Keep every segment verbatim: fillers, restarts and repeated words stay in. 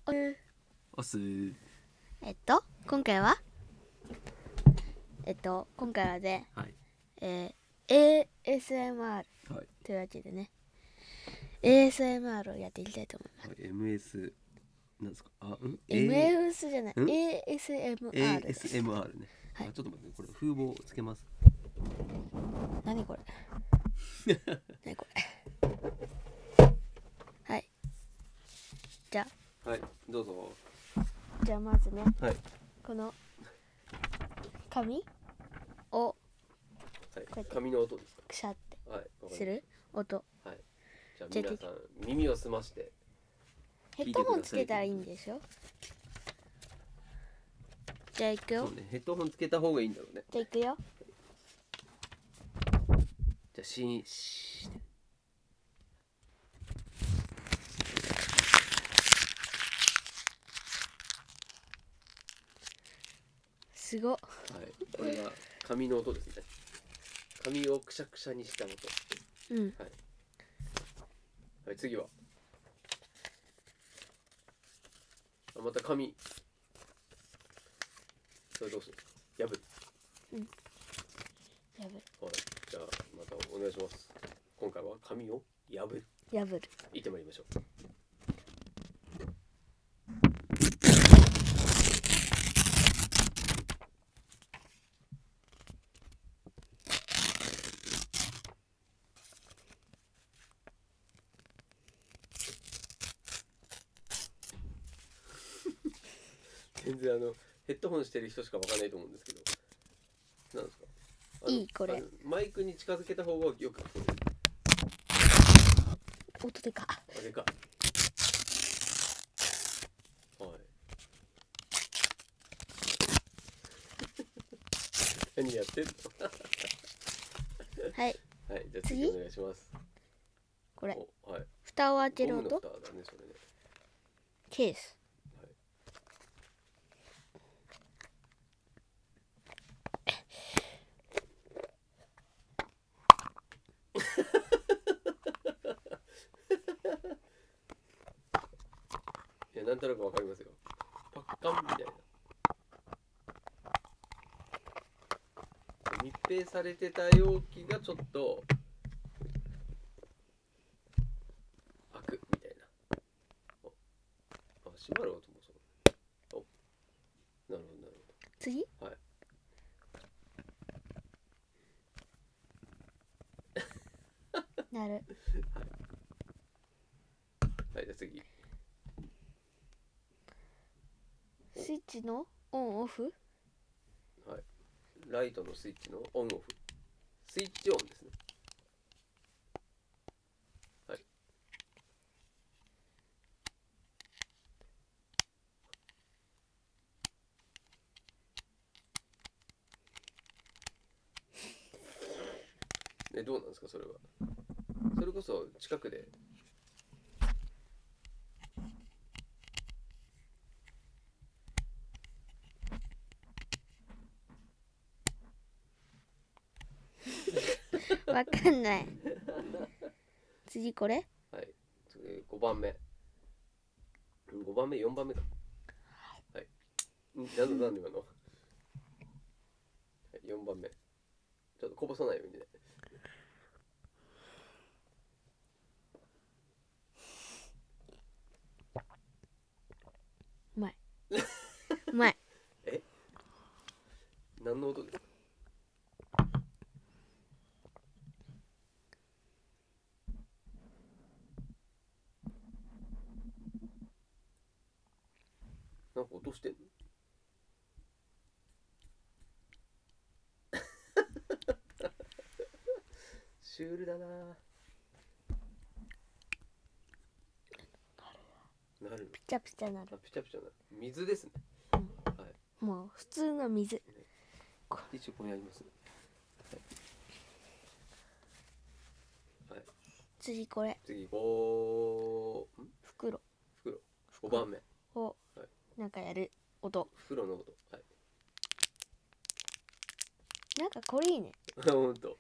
おす。 えっと今回はえっと今回はで、 はい。 えー、エーエスエムアールはい。 というわけでね エーエスエムアール をやっていきたいと思います。 はい、エムエス なんですか。あ、うん。 エムエス じゃない、 うんエーエスエムアール です。 エーエスエムアール ね。 はいあ、ちょっと待って、これ風貌つけます。 何これ何これはい。じゃあはい、どうぞ。 じゃあまずね、 はい。 この紙をはい、 こうやって紙の音ですくしゃってか。はい、わかりましする音。 た。はい。じゃあじゃあ皆さん耳を澄ましてヘッドホンつけたらいいんでしょ。じゃあいくよ。 そうね、ヘッドホンつけた方がいいんだろうね。 じゃあいくよ。 じゃあシーンシーンすごっ。 はい、これが紙の音ですね。紙をくしゃくしゃにした音。 うん。 はい。はい、次は。あ、また紙。それどうする？破る。 うん。破る。 はい。じゃあまたお願いします。今回は紙を破る。 破る。 行ってまいりましょう。全然あのヘッドホンしてる人しかわかんないと思うんですけど、なんですか。 いいこれ。 マイクに近づけた方がよく聞こえる。 音でか。 あれか。はい。何やってんの？ はい。 はい、じゃあ次お願いします。 これ。 お、はい。 蓋を開けるゴムの音。 蓋だね、それね。 ケース。 いや、なんとなくわかりますよ。パッカンみたいな。密閉されてた容器がちょっと開くみたいな。おあ、閉まる音もそう。お、なるほどなるほ次。 ど。はい。 なる。 はい。はい、じゃあ次。 スイッチのオンオフ。 はい。ライトのスイッチのオンオフ。スイッチオンですね。はい。え、どうなんですか、それは。それこそ近くで。 わかんない。次これ。 はい。次ごばんめ。ごばんめ、よんばんめか。はい。んなんでなんで今の。はい、よんばんめ。ちょっとこぼさないようにね。 うまい。うまい。 え、何の音ですか。なんか音してんの。シュールだな。なる。 ピチャピチャなる。 あ、ピチャピチャなる。水ですね。 うん、 はい。 もう普通の水。 ティッシュここにあります。はい。はい、 次これ。 次ごん袋。 袋。ごばんめをなんかやる音。 袋の音。はい。 なんかこれいいね。 ほんと。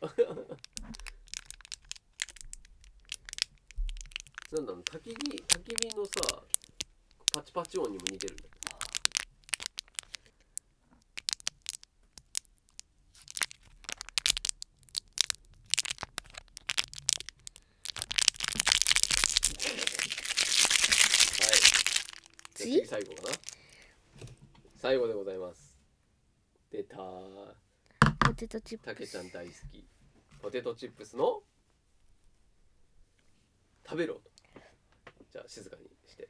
なんだろう、焚き火焚き火のさ、パチパパチ音にも似てるんだ。次最後かな。最後でございます。出たー。 ポテトチップス。 たけちゃん大好きポテトチップスの食べろと。じゃあ静かにして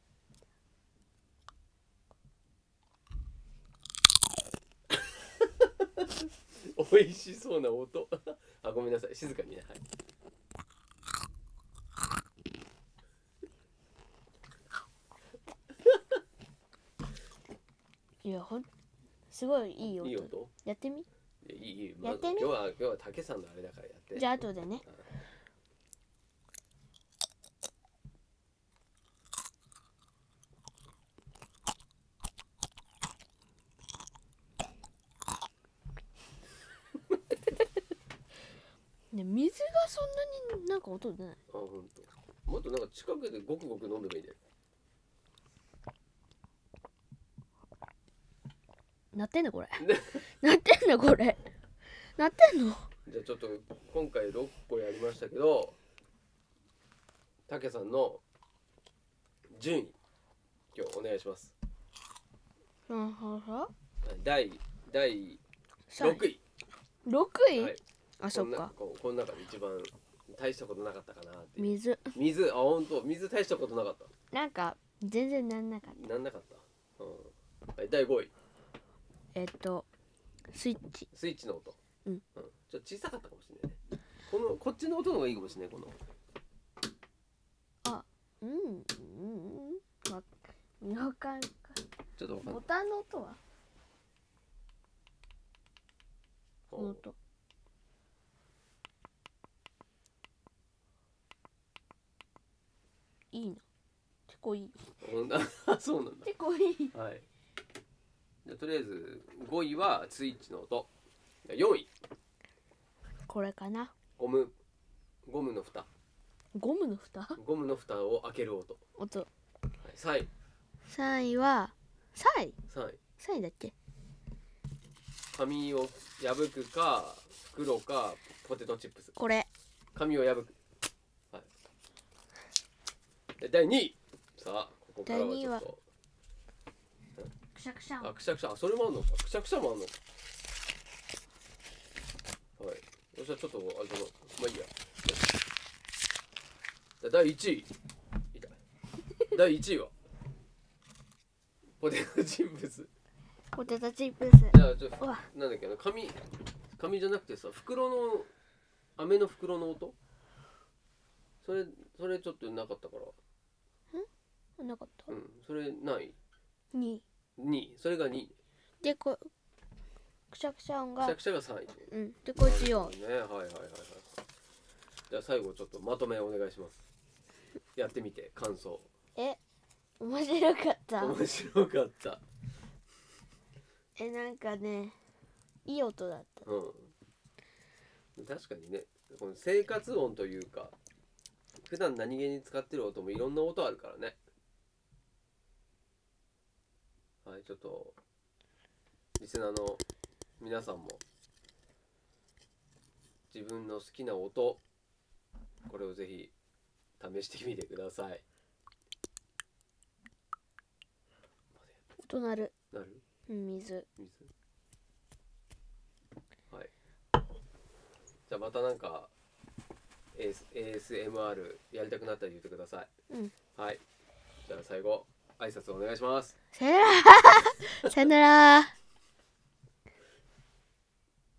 美味しそうな音あ、ごめんなさい、静かにね。はい。 いや、ほんすごいいい音。 いい音。 やってみ。 いや、いいいい、 やってみ。 今日は今日はたけさんのあれだからやって。 じゃあ後でね。ね、水がそんなになんか音出ない。 あ、ほんと。もっとなんか近くでごくごく飲んでもいいね。 なってんのこれ。なってんのこれ。なってんの。 じゃあちょっと今回ろっこやりましたけど、たけさんの順位今日お願いします。 うんはは。 第第ろくい。 ろくい？はい、あ、そっか。 この中で一番大したことなかったかなって。 水。 水、あ、ほんと水大したことなかった。 なんか全然なんなかった。 なんなかった。うん。はい、だいごい。 えっとスイッチ。 スイッチの音。 うん。うん、 ちょっと小さかったかもしれないね。このこっちの音の方がいいかもしれない。この。 あ、うんうん。わ、わかんか。 ちょっとわかんない。 ボタンの音は？この音。いいな。結構いい。 あ、そうなんだ。 結構いい。 はい。じゃあとりあえずごいはスイッチの音。よんい。 これかな。 ゴムゴムの蓋。 ゴムの蓋？ ゴムの蓋を開ける音。 音。はい、 さんい。 さんいはさんい。 さんい。 さんいだっけ？ 紙を破くか袋かポテトチップス。 これ。 紙を破く。はい。でだいにい。さあここからはちょっと。 くしゃくしゃ。 あ、くしゃくしゃ。あ、それもあんのか。くしゃくしゃもあんのか。はい。そしたらちょっとあれだな。まあいいや。だいいちい。痛い。だいいちいはポテトチップス。 ポテトチップス。 じゃあちょっとなんだっけな、紙紙じゃなくてさ、袋の飴の袋の音。それそれちょっとなかったから。 ん？なかった。 うん、それない。 に。 に、それがに。 でこくしゃくしゃ音が。 くしゃくしゃがさんい。 うん。でこっちよん。 ね、はいはいはいはい。じゃあ最後ちょっとまとめお願いします。やってみて感想。 え、面白かった。 面白かった。 え、なんかね、いい音だった。 うん。確かにね、この生活音というか、普段何気に使ってる音もいろんな音あるからね。はい、ちょっとリスナーの皆さんも自分の好きな音、これをぜひ試してみてください。 音鳴る。 なる？ うん、水。 水。はい。じゃあまたなんか エーエスエムアール やりたくなったら言ってください。 うん。 はい。じゃあ最後挨拶お願いします。 さよなら。さよなら。